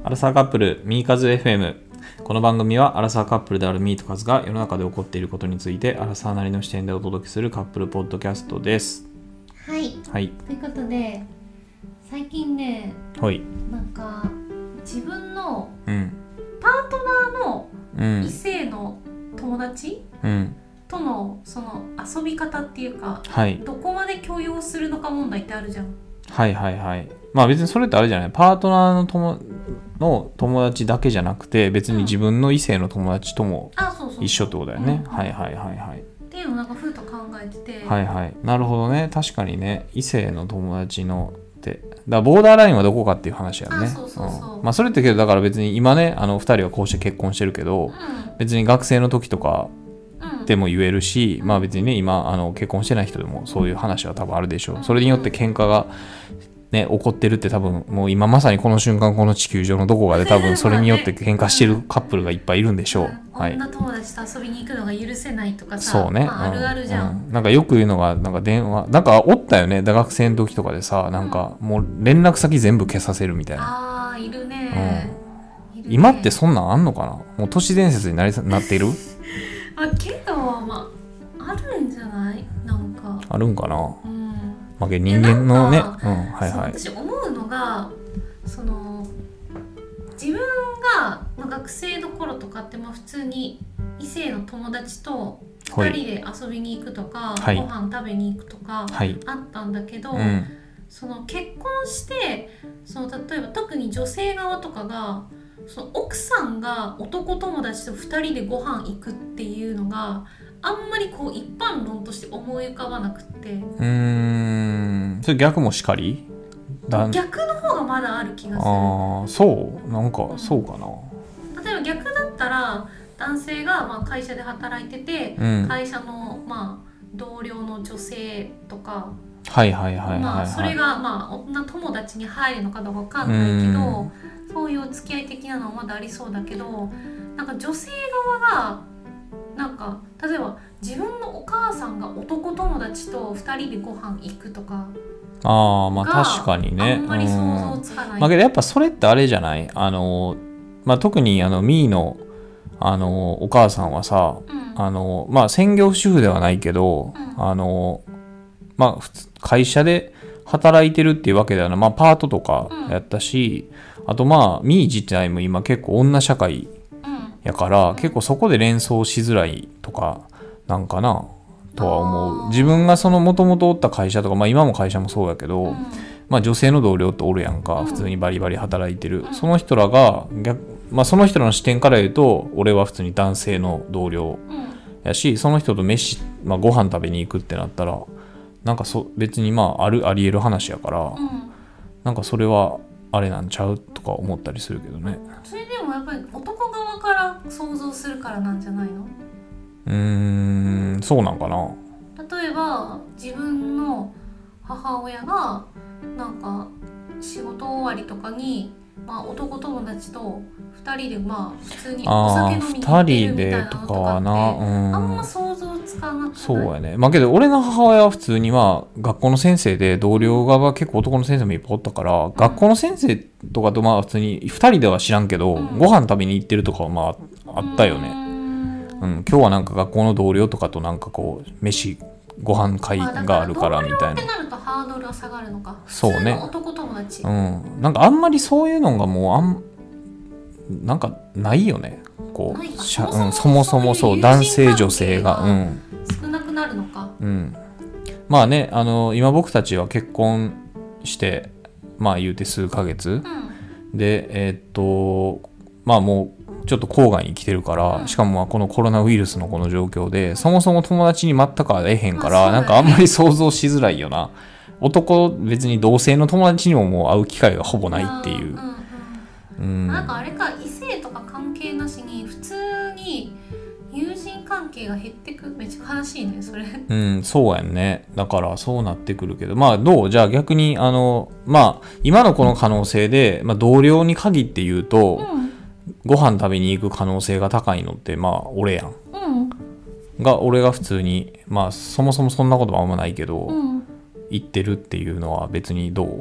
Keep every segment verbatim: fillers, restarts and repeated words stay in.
アラサーカップルミーカズ エフエム。 この番組はアラサーカップルであるミーとカズが世の中で起こっていることについてアラサーなりの視点でお届けするカップルポッドキャストです。 はい、 はい、 ということで最近ね、 はい、 なんか自分のうん、 パートナーの異うん、 性の友達、 うん、 とのその遊び方っていうか、 はい、 どこまで許容するのか問題ってあるじゃん。 はいはいはい。まあ別にそれってあれじゃない、パートナーの友の友達だけじゃなくて別に自分の異性の友達とも一緒ってことだよね。はいはいはいはい。 っていうのをなんかふうと考えてて、 はいはい、なるほどね。確かにね、異性の友達のってだからボーダーラインはどこかっていう話やね。 あ、そうそうそう、 うん、まあそれってけどだから別に今ね、あのふたりはこうして結婚してるけど、 うん、 別に学生の時とかでも言えるし、 うん、 まあ別にね今あの結婚してない人でもそういう話は多分あるでしょう。それによって喧嘩がね、起こってるって多分もう今まさにこの瞬間この地球上のどこかで多分それによって喧嘩してるカップルがいっぱいいるんでしょう。うん、はい、 女友達と遊びに行くのが許せないとかさ、 そうね、 まあ、あるあるじゃん、 うんうん、なんかよく言うのがなんか電話なんかおったよね、大学生の時とかでさ、なんかもう連絡先全部消させるみたいな。 あーいるね、 うん、 いるね。今ってそんなんあんのかな。もう都市伝説になりなっているあけどまああるんじゃない、なんかあるんかな、 うん、 まあ、人間のね、うん、 はいはい、私思うのがその自分が学生の頃とかってまあ普通に異性の友達とふたりで遊びに行くとか、はい、ご飯食べに行くとかあったんだけど、はい、うん、その結婚してその例えば特に女性側とかがその奥さんが男友達とふたりでご飯行くっていうのがあんまりこう一般論として思い浮かばなくて、うーん、それ逆もしかり？ 逆の方がまだある気がする。 ああ、そうなんか、うん、そうかな。 例えば逆だったら男性がまあ会社で働いてて、うん、会社のまあ同僚の女性とか、 はいはいはいはい、はい、 まあそれがまあ女友達に入るのかどうかわかんないけど、そういうお付き合い的なのはまだありそうだけど、なんか女性側がなんか例えば自分のお母さんが男友達とふたりでご飯行くとか、 ああ、まあ確かにね。 あんまり想像つかない。 うん、まあけどやっぱそれってあれじゃない、あの、まあ特にあのミーのあのお母さんはさ、うん、あのまあ専業主婦ではないけど、うん、あのまあ普通会社で働いてるっていうわけではない、まあパートとかやったし、うん、あとまあミー自体も今結構女社会やから、うん、結構そこで連想しづらいとかなんかなとは思う。自分がその元々おった会社とか、まあ今も会社もそうやけど、うん、まあ女性の同僚っておるやんか、うん、普通にバリバリ働いてる、うん、その人らが逆、まあその人らの視点から言うと俺は普通に男性の同僚やし、その人と飯、まあ、ご飯食べに行くってなったらなんかそ別にまああるあり得る話やから、うん、なんかそれはあれなんちゃうとか思ったりするけどね。 それでもやっぱり男側から想像するからなんじゃないの？ うーん、そうなんかな。 例えば自分の母親がなんか仕事終わりとかに、まあ、男友達とふたりでまあ普通にお酒飲みに行ってるみたいなのとかって あ, んあんま想像つかなくない？ そうやね。まあけど俺の母親は普通にまあ学校の先生で同僚側は結構男の先生もいっぱいおったから、うん、学校の先生とかとまあ普通にふたりでは知らんけど、うん、ご飯食べに行ってるとかはまああったよね。うん、今日はなんか学校の同僚とかとなんかこう飯ご飯会があるからみたいな。 同僚ってなるとハードルは下がるのか。 そうね。 普通の男友達。 うん。なんかあんまりそういうのがもうあんなんかないよね。こう、そもそも、うん、そもそもそう男性女性が、うん、 少なくなるのか。 うん。まあね、あの今僕たちは結婚してまあ言うて数ヶ月、うん、でえー、っとまあもうちょっと郊外に来てるから、しかもまあこのコロナウイルスのこの状況でそもそも友達に全く会えへんから、なんかあんまり想像しづらいよな。男別に同性の友達にももう会う機会がほぼないっていう。 うん、なんかあれか、異性とか関係なしに普通に友人関係が減ってく。めっちゃ悲しいねそれ。 うん、そうやんね。だからそうなってくるけど、まあどうじゃあ逆にあのまあ今のこの可能性で、まあ、同僚に限って言うと、うん、ご飯食べに行く可能性が高いのってまあ俺やん、うん、が俺が普通にまあそもそもそんなことはあんまないけど、うん、行ってるっていうのは別にどう？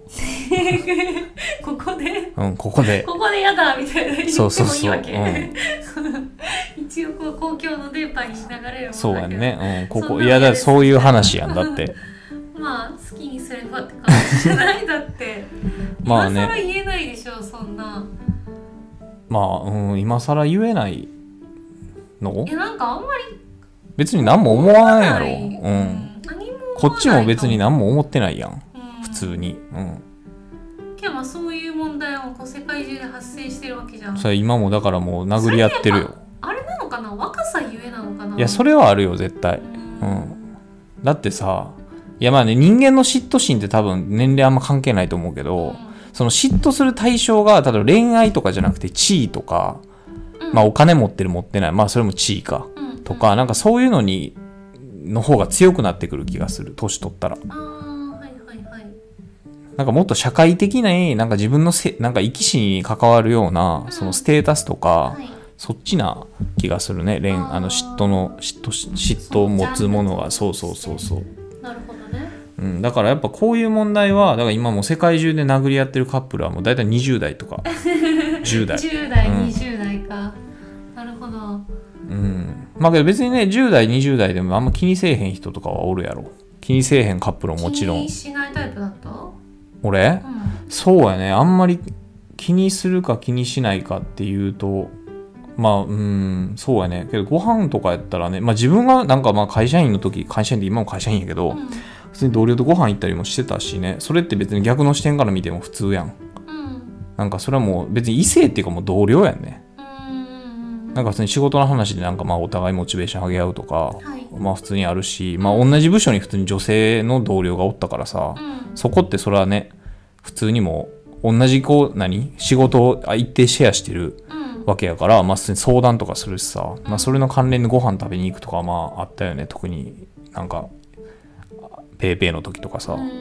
ここでうんここでここでやだみたいな言ってそうそうもいいそう、 わけ。 うん、 一応こう公共の電波に流れるもんだけど。 そうやんね、うん、ここそんなのいやだそういう話やんだってまあ好きにすればって感じじゃないだってまあね、 今更言えないでしょそんな。 まあ、うん、今更言えないのいやなんかあんまり別に何も思わないやろ、 ううんん、何も思わないこっちも別に何も思ってないやん、 うん、 普通に、うん、 けどまあそういう問題もこう世界中で発生してるわけじゃん。 それ今もだからもう殴り合ってるよ。 あれなのかな、若さゆえなのかな。 いやそれはあるよ絶対、うん、うん、だってさ、いやまあね、人間の嫉妬心って多分年齢あんま関係ないと思うけど、うん、その嫉妬する対象が例えば恋愛とかじゃなくて地位とか、うん、まあお金持ってる持ってない、まあそれも地位か、うん、とかなんかそういうのにの方が強くなってくる気がする、年取ったら。 あ、はいはいはい。 なんかもっと社会的ななんか自分のせなんか生き死に関わるような、うん、そのステータスとか、はい、そっちな気がするね。恋あの嫉妬の嫉妬嫉妬を持つものが、そうそうそうそう。 なるほどね。 うん、だからやっぱこういう問題はだから今もう世界中で殴り合ってるカップルはもう大体にじゅう代とかじゅう代じゅう代、うん、にじゅう代か。なるほど。 うん。まあけど別にねじゅう代にじゅう代でもあんま気にせえへん人とかはおるやろ。気にせえへんカップルももちろん。 気にしないタイプだった？ 俺、 うん、 そうやね。あんまり気にするか気にしないかっていうと、まあうんそうやね。けどご飯とかやったらね、まあ自分がなんかまあ会社員の時、会社員で今も会社員やけど、うん、普通に同僚とご飯行ったりもしてたしね。それって別に逆の視点から見ても普通やん。 うん、 なんかそれはもう別に異性っていうかもう同僚やんね。なんか普通に仕事の話でなんかまあお互いモチベーション上げ合うとか、はい、まあ普通にあるし、まあ同じ部署に普通に女性の同僚がおったからさ、うん、そこってそれはね普通にもう同じこう何仕事を一定シェアしてるわけやから、うん、まあ普通に相談とかするしさ、うん、まあそれの関連でご飯食べに行くとかはまああったよね。特になんかペーペーの時とかさ、うん、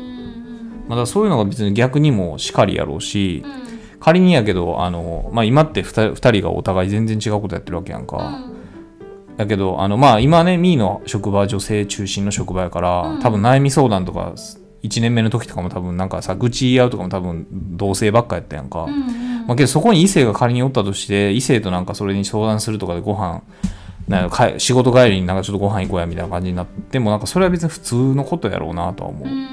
まだそういうのが別に逆にもしかりやろうし、うん、仮にやけどあの、まあ、今ってふたりがお互い全然違うことやってるわけやんか、うん、だけどあの、まあ、今ねミーの職場は女性中心の職場やから、うん、多分悩み相談とかいちねんめの時とかも多分なんかさ愚痴言い合うとかも多分同性ばっかやったやんか、うんうん、まあ、けどそこに異性が仮におったとして異性となんかそれに相談するとかでご飯なんか仕事帰りになんかちょっとご飯行こうやみたいな感じになってもなんかそれは別に普通のことやろうなとは思う。 うんうんうん、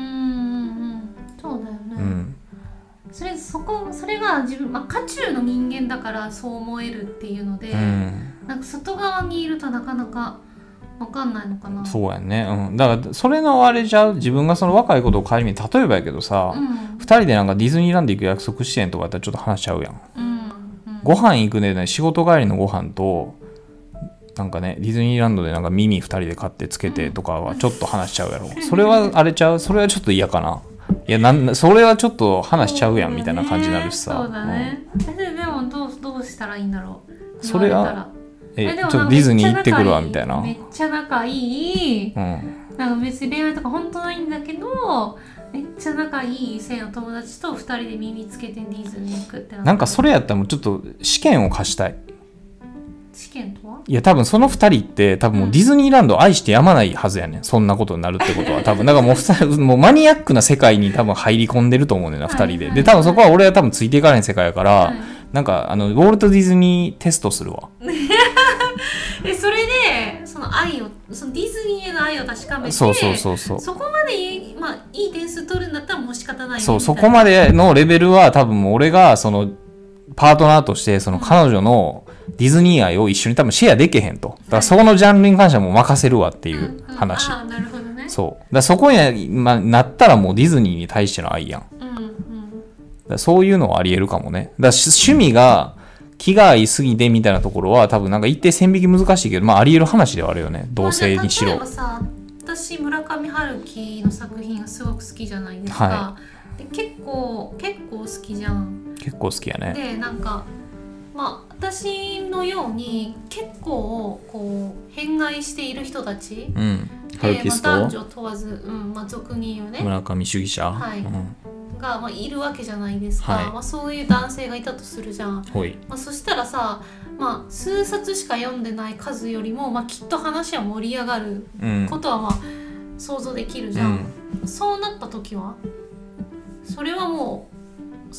そうだよね、 うん、 それそこそれが自分、まあ、渦中の人間だからそう思えるっていうので、うん、なんか外側にいるとなかなか分かんないのかな。 そうやね、うん、だからそれのあれじゃう自分がその若いことを顧みて例えばやけどさ、うん、ふたりでなんかディズニーランド行く約束してんとかやったらちょっと話しちゃうやん、うんうん、ご飯行くね仕事帰りのご飯となんかねディズニーランドでなんか耳ふたりで買ってつけてとかはちょっと話しちゃうやろ、うん、それはあれちゃうそれはちょっと嫌かな。いやなんそれはちょっと話しちゃうやんみたいな感じになるしさ。 そうだね、うん、でもどうどうしたらいいんだろう。 それはえちょっとディズニー行ってくるわみたいな。 めっちゃ仲いい、うん、なんか別に恋愛とか本当ないんだけどめっちゃ仲いい異性の友達とふたりで耳つけてディズニー行くってな。 なんかそれやったらもうちょっと試験を課したい。 試験とは？ いや多分そのふたりって多分もうディズニーランドを愛してやまないはずやねん、そんなことになるってことは多分だからもうもうマニアックな世界に多分入り込んでると思うねんな、ふたりで。で多分そこは俺は多分ついていかない世界やから、はい、なんかあのウォルト・ディズニーテストするわでそれでその愛をそのディズニーへの愛を確かめて、 そうそうそうそう、 そこまでいい、まあ、いい点数取るんだったらもう仕方ない。 そうそこまでのレベルは多分もう俺がそのパートナーとしてその彼女のディズニー愛を一緒に多分シェアできへんと。だからそのジャンルに関してはもう任せるわっていう話。 うんうん、ああなるほどね。 そう。だからそこに、まあ、なったらもうディズニーに対しての愛やん。 うんうん、だからそういうのはあり得るかもね。だから趣味が気が合いすぎてみたいなところは多分なんか一定線引き難しいけど、まああり得る話ではあるよね。同性にしろ。 例えばさ、私村上春樹の作品がすごく好きじゃないですか。はい、で結構結構好きじゃん。 結構好きやね。 でなんかまあ私のように結構こう偏愛している人たち、 うん、 でまあ、男女問わず、うんまあ、俗に言うね村上主義者、 はいうん、 が、まあ、いるわけじゃないですか、 はいまあ、そういう男性がいたとするじゃん、 ほい、 まあ、そしたらさ、まあ、数冊しか読んでない数よりも、まあ、きっと話は盛り上がることはまあ想像できるじゃん、うん、そうなった時はそれはもう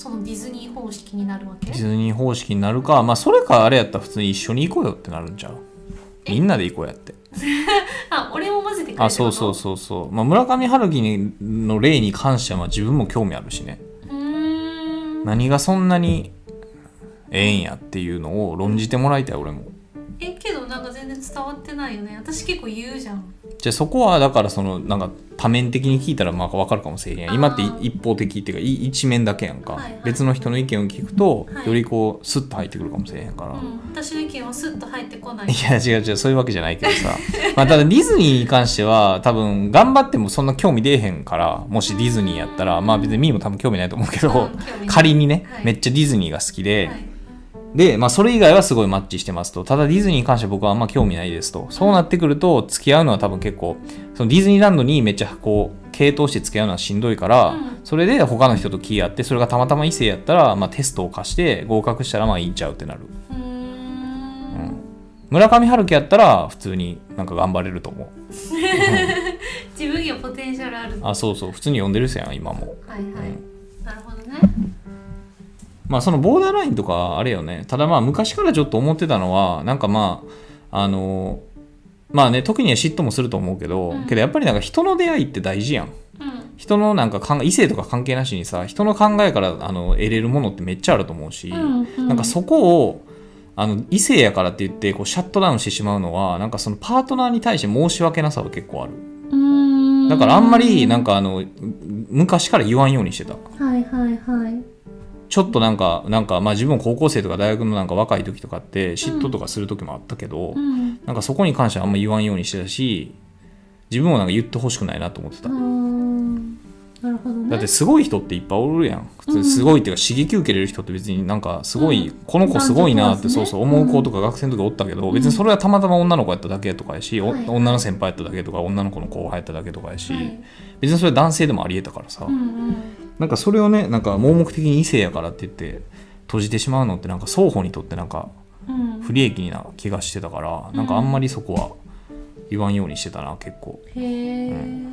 そのディズニー方式になるわけ？ ディズニー方式になるか、まあそれかあれやったら普通に一緒に行こうよってなるんちゃう？みんなで行こうやってあ、俺も混ぜてくれるの？ あ、そうそうそうそう、まあ、村上春樹の例に関しては自分も興味あるしね。 うーん、 何がそんなにええんやっていうのを論じてもらいたい俺も。 えけどなんか全然伝わってないよね。私結構言うじゃん。 じゃあそこはだからそのなんか多面的に聞いたらまあ分かるかもしれへん。今って一方的っていうか一面だけやんか、はいはい、別の人の意見を聞くと、はい、よりこうスッと入ってくるかもしれへんから、うん、 私の意見はスッと入ってこない。 いや違う違う、そういうわけじゃないけどさまあただディズニーに関しては多分頑張ってもそんな興味出えへんから、もしディズニーやったらまあ別にミーも多分興味ないと思うけど、仮にね、はい、めっちゃディズニーが好きで、はい、で、まあ、それ以外はすごいマッチしてますと。ただディズニーに関しては僕はあんま興味ないですと。そうなってくると付き合うのは多分結構そのディズニーランドにめっちゃこう傾倒して付き合うのはしんどいから、うん、それで他の人と気合って、それがたまたま異性やったら、まあ、テストを課して合格したらまあいいんちゃうってなる。うーん、うん、村上春樹やったら普通になんか頑張れると思う、うん、 自分にはポテンシャルある。 あ、そうそう、普通に読んでる人やん今も。 はいはい、うん、なるほどね。 まあそのボーダーラインとかあれよね。ただまあ昔からちょっと思ってたのは、なんかまああのまあね、時には嫉妬もすると思うけど、うん、けどやっぱりなんか人の出会いって大事やん、うん、人のなんか考え異性とか関係なしにさ、人の考えからあの得れるものってめっちゃあると思うし、うんうん、なんかそこをあの異性やからって言ってこうシャットダウンしてしまうのは、なんかそのパートナーに対して申し訳なさは結構ある。うーん、だからあんまりなんかあの昔から言わんようにしてた。 はいはいはい。 ちょっとなんかなんかまあ自分も高校生とか大学のなんか若い時とかって嫉妬とかする時もあったけど、うん、なんかそこに関してはあんま言わんようにしてたし、自分もなんか言ってほしくないなと思ってた。 あ、なるほどね。 だってすごい人っていっぱいおるやん。普通すごいっていうか刺激受けれる人って別になんかすごい、うん、この子すごいなって、そうそう思う子とか学生の時おったけど、うん、別にそれはたまたま女の子やっただけとかやし、はい、女の先輩やっただけとか女の子の後輩やっただけとかやし、はい、別にそれは男性でもありえたからさ、うんうん、なんかそれをね、なんか盲目的に異性やからって言って閉じてしまうのってなんか双方にとってなんか不利益な気がしてたから、うん、なんかあんまりそこは言わんようにしてたな結構。 へー、うん、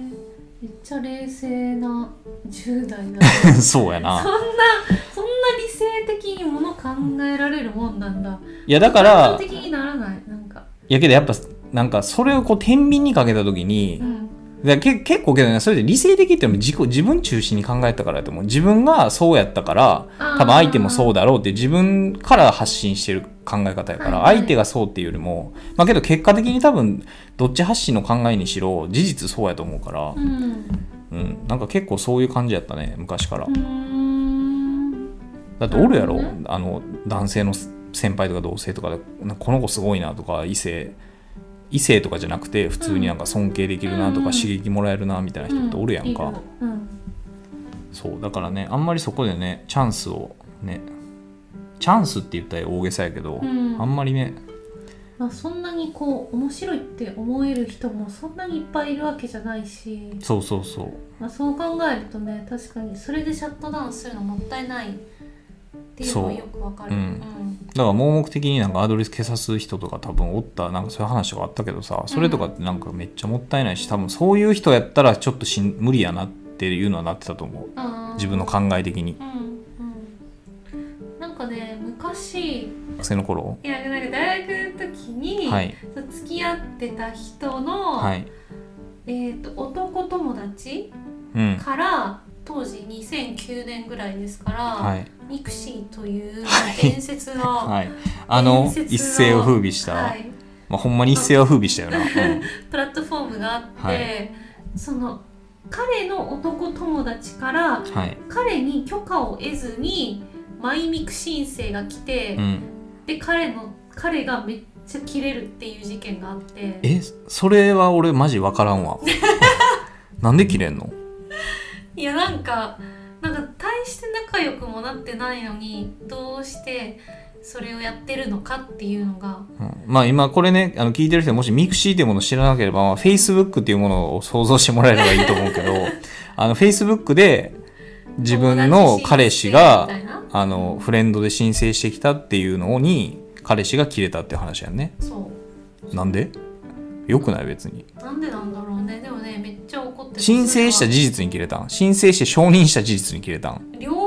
めっちゃ冷静なじゅう代だねそうやな。 そんなそんな理性的にもの考えられるもんなんだ。 いやだから感情的にならないなんか。 いやけどやっぱなんかそれをこう天秤にかけた時に、うん、だけ結構けどね、それで理性的っていうのも自己自分中心に考えたからだと思う。自分がそうやったから多分相手もそうだろうって自分から発信してる考え方やから、はいはい、相手がそうっていうよりも、まあけど結果的に多分どっち発信の考えにしろ事実そうやと思うから、うんうん、なんか結構そういう感じやったね昔から。うーん、だっておるやろ、ね、あの男性の先輩とか同性とかでこの子すごいなとか、異性異性とかじゃなくて普通になんか尊敬できるなとか、うん、刺激もらえるなみたいな人っておるやんか、うんうん、そうだからね、あんまりそこでねチャンスをね、チャンスって言ったら大げさやけど、うん、あんまりね、 まあ、そんなにこう面白いって思える人もそんなにいっぱいいるわけじゃないし、 そうそうそう、 まあ、そう考えるとね、確かにそれでシャットダウンするのもったいないっていうのがよくわかる、うんうん、 だから盲目的になんかアドレス消さす人とか多分おった、なんかそういう話があったけどさ、それとかってなんかめっちゃもったいないし、多分そういう人やったらちょっとしん無理やなっていうのはなってたと思う、自分の考え的に、うんうん、なんかね昔学生の頃、 いやなんか大学の時に、はい、付き合ってた人の、はい、えーと、男友達、うん、から当時にせんきゅうねんぐらいですから、はい、ミクシーという伝説の、はい、 あの一世を風靡した、はい、まあ、ほんまに一世を風靡したよな、うん、 プラットフォームがあって、はい、その彼の男友達から、はい、彼に許可を得ずにマイミク申請が来て、うん、で彼の彼がめっちゃキレるっていう事件があって、 え、それは俺マジ分からんわなんでキレんの？ いやなんかなんか大して仲良くもなってないのにどうしてそれをやってるのかっていうのが、 うん、まあ今これね、あの聞いてる人もしミクシーというものを知らなければ、まあ、Facebook っていうものを想像してもらえればいいと思うけどあの Facebook で自分の彼氏があのフレンドで申請してきたっていうのに彼氏がキレたっていう話やんね。そうなんで？よくない別に。 なんでなんだろうね。でもねめっちゃ怒ってる。 申請した事実にキレたん？申請して承認した事実にキレたん？ 両方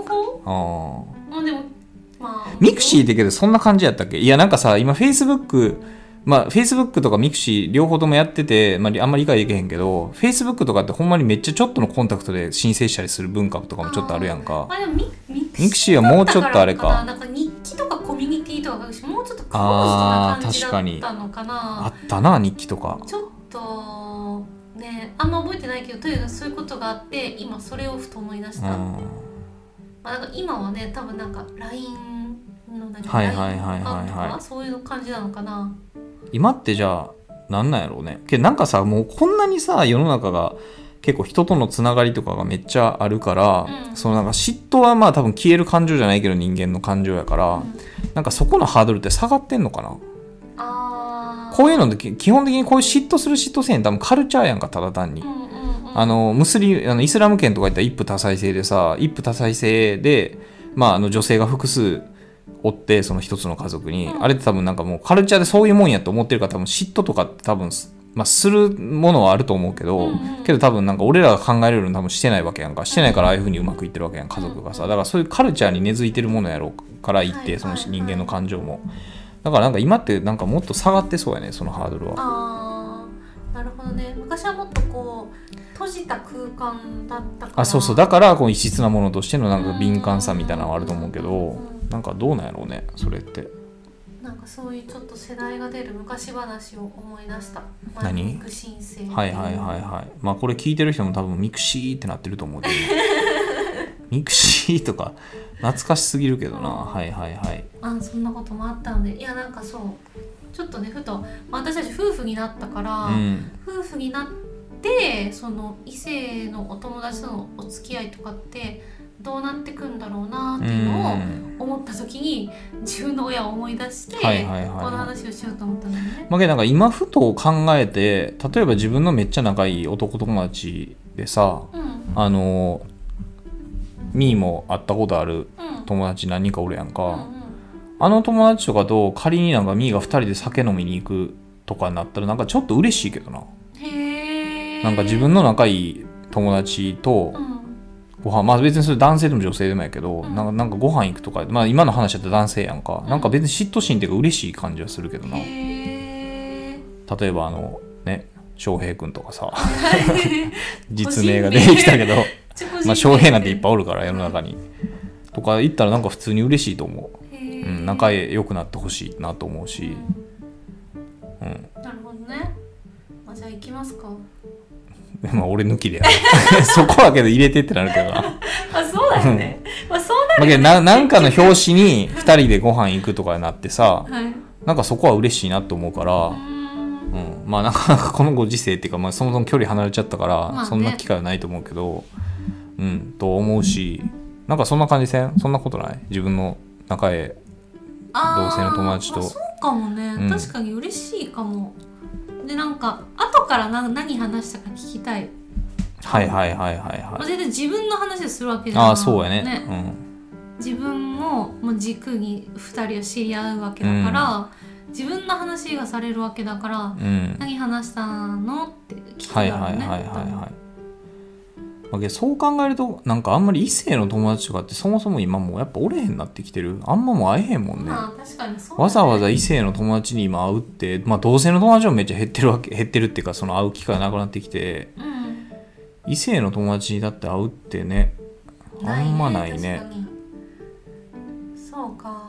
あまあでもまあミクシーってけどそんな感じやったっけ？いやなんかさ今フェイスブックまあフェイスブックとかミクシー両方ともやってて、まあ、あんまり理解できへんけどフェイスブックとかってほんまにめっちゃちょっとのコンタクトで申請したりする文化とかもちょっとあるやんか。 あ、まあ、でもミミクシーはもうちょっとあれか。 なんか日記とかコミュニティとかがもうちょっとクローズドな感じだったのかな。 あったな日記とか。 ちょっとねあんま覚えてないけどとにかくそういうことがあって今それをふと思い出した。まあ、なんか今はね多分なんか ライン の何か ライン とかそういう感じなのかな。 今ってじゃあなんなんやろうね。けどなんかさもうこんなにさ世の中が結構人とのつながりとかがめっちゃあるから、うん、そのなんか嫉妬はまあ多分消える感情じゃないけど人間の感情やから、うん、なんかそこのハードルって下がってんのかな。 あこういうのって基本的にこういう嫉妬する嫉妬せん多分カルチャーやんかただ単に、うんうんうん、あのムスリあのイスラム圏とか言ったら一夫多妻制でさ一夫多妻制で、まあ、あの女性が複数おってその一つの家族に、うん、あれって多分なんかもうカルチャーでそういうもんやと思ってるから多分嫉妬とかって多分まあ、するものはあると思うけど、うんうん、けど多分なんか俺らが考えるように多分してないわけやんかしてないからああいう風にうまくいってるわけやん家族がさだからそういうカルチャーに根付いてるものやろうからいってその人間の感情もだからなんか今ってなんかもっと下がってそうやねそのハードルは。 あーなるほどね。昔はもっとこう閉じた空間だったからあそうそうだからこう異質なものとしてのなんか敏感さみたいなのはあると思うけどなんかどうなんやろうねそれって。 なんかそういうちょっと世代が出る昔話を思い出した。 何？ ミク申請。 はいはいはいはい。まあこれ聞いてる人も多分ミクシーってなってると思うけど、ミクシーとか懐かしすぎるけどな。はいはいはい。 あそんなこともあったのでいやなんかそうちょっとねふと、まあ、私たち夫婦になったから、うん、夫婦になってその異性のお友達とのお付き合いとかってどうなってくんだろうなっていうのを思った時に自分の親を思い出して、はいはいはいはい、この話をしようと思ったんだよね。 まあ、なんか今ふと考えて例えば自分のめっちゃ仲いい男友達でさ、うん、あのミーも会ったことある友達何人かおるやんか、うんうんうん、あの友達とかと仮になんかミーがふたりで酒飲みに行くとかになったらなんかちょっと嬉しいけどな。 へーなんか自分の仲いい友達と、うんご飯まあ別にそれ男性でも女性でもやけど、うん、なんかなんかご飯行くとか、まあ、今の話だったら男性やんか、うん、なんか別に嫉妬心っていうか嬉しい感じはするけどな。 へー例えばあのね翔平くんとかさ実名が出てきたけどまあ翔平なんていっぱいおるから世の中にとか言ったらなんか普通に嬉しいと思う、うん、仲良くなってほしいなと思うし、 うん、なるほどね、まあ、じゃあ行きますか。 まあ俺抜きでやるそこはけど入れてってなるけどなあそうだよね、まあ、そうなるよね、 まあ、なんかの表紙にふたりでご飯行くとかになってさ、はい、なんかそこは嬉しいなと思うから、うん、まあなかなかこのご時世っていうか、まあ、そもそも距離離れちゃったから、まあね、そんな機会はないと思うけど、うん、と思うしなんかそんな感じせんそんなことない自分の仲へ同性の友達と。 あ、そうかもね、うん、確かに嬉しいかも。でなんか後から何何話したか聞きたい。 はいはいはいはいはい。 まあ、全然自分の話をするわけじゃない。 ああそうやね。 ね、うん、自分をもう軸にふたりを知り合うわけだから、うん、自分の話がされるわけだから、うん、何話したのって聞くだろうね。はいはいはいはいはい。 そう考えるとなんかあんまり異性の友達とかってそもそも今もうやっぱおれへんなってきてる。あんまもう会えへんもんね。 まあ、確かにそうだね。 わざわざ異性の友達に今会うって、まあ同性の友達もめっちゃ減ってるわけ減ってるっていうかその会う機会がなくなってきて、うん、異性の友達にだって会うってねあんまないね。 確かにそうか。 うん。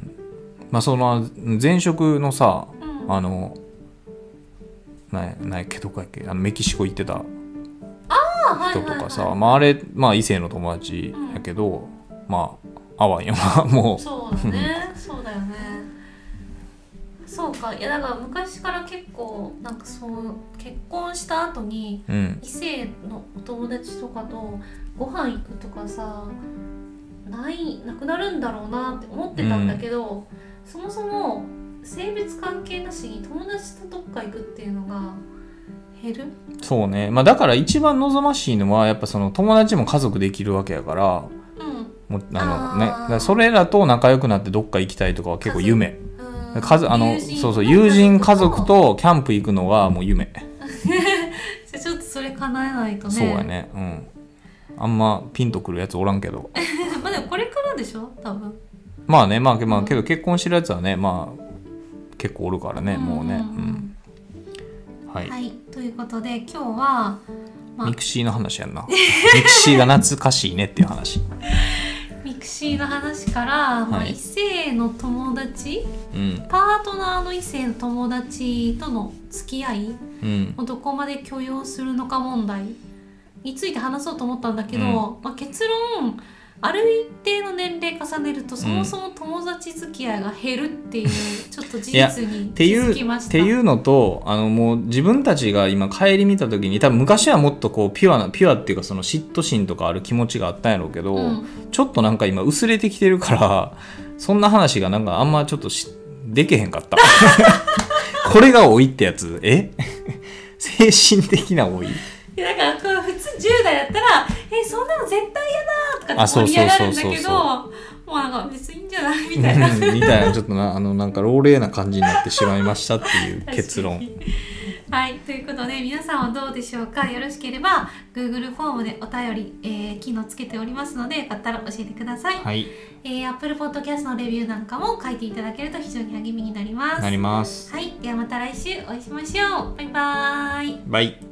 まあその前職のさ、うん、あのななけどかやっけあのメキシコ行ってた。人とかさ、はいはいはい、まああれまあ異性の友達やけど、うん、まあ合わんよなもう。 そうだねそうだよね。そうか。いやだから昔から結構なんかそう結婚した後に、うん、異性のお友達とかとご飯行くとかさないなくなるんだろうなって思ってたんだけど、うん、そもそも性別関係なしに友達とどっか行くっていうのが減る。 そうね、まあ、だから一番望ましいのはやっぱその友達も家族できるわけやから、うん、もあのね、だからそれらと仲良くなってどっか行きたいとかは結構夢。家族あのそうそう友人家族とキャンプ行くのがもう夢じゃちょっとそれ叶えないとね。 そうやね、うん、あんまピンとくるやつおらんけどまあでもこれからんでしょ多分。 まあね、まあ、まあ、けど結婚してるやつはね、まあ結構おるからね、うん、もうね、うん、 はい、はい、ということで今日は、 まあ、ミクシーの話やんなミクシーが懐かしいねっていう話ミクシーの話から、まあ、異性の友達、うん、パートナーの異性の友達との付き合いをどこまで許容するのか問題について話そうと思ったんだけど、うんまあ、結論ある一定の年齢重ねるとそもそも友達付き合いが減るっていうちょっと事実に気づきました。 っていうのとあのもう自分たちが今顧みた時に多分昔はもっとこうピュアなピュアっていうかその嫉妬心とかある気持ちがあったんやろうけど、うん、ちょっとなんか今薄れてきてるからそんな話がなんかあんまちょっとしできへんかったこれが老いってやつえ精神的な老いなんか普通じゅう代だったらえそんなの絶対嫌だとかって盛り上がるんだけどもうなんか別にいいんじゃないみたいなみたいなちょっとなあのなんか老齢な感じになってしまいましたっていう結論はいということで皆さんはどうでしょうか。よろしければ Google フォームでお便り、えー、機能つけておりますのでよかったら教えてください、はいえー、Apple Podcast のレビューなんかも書いていただけると非常に励みになりますなります。 はいではまた来週お会いしましょう。バイバーイバイ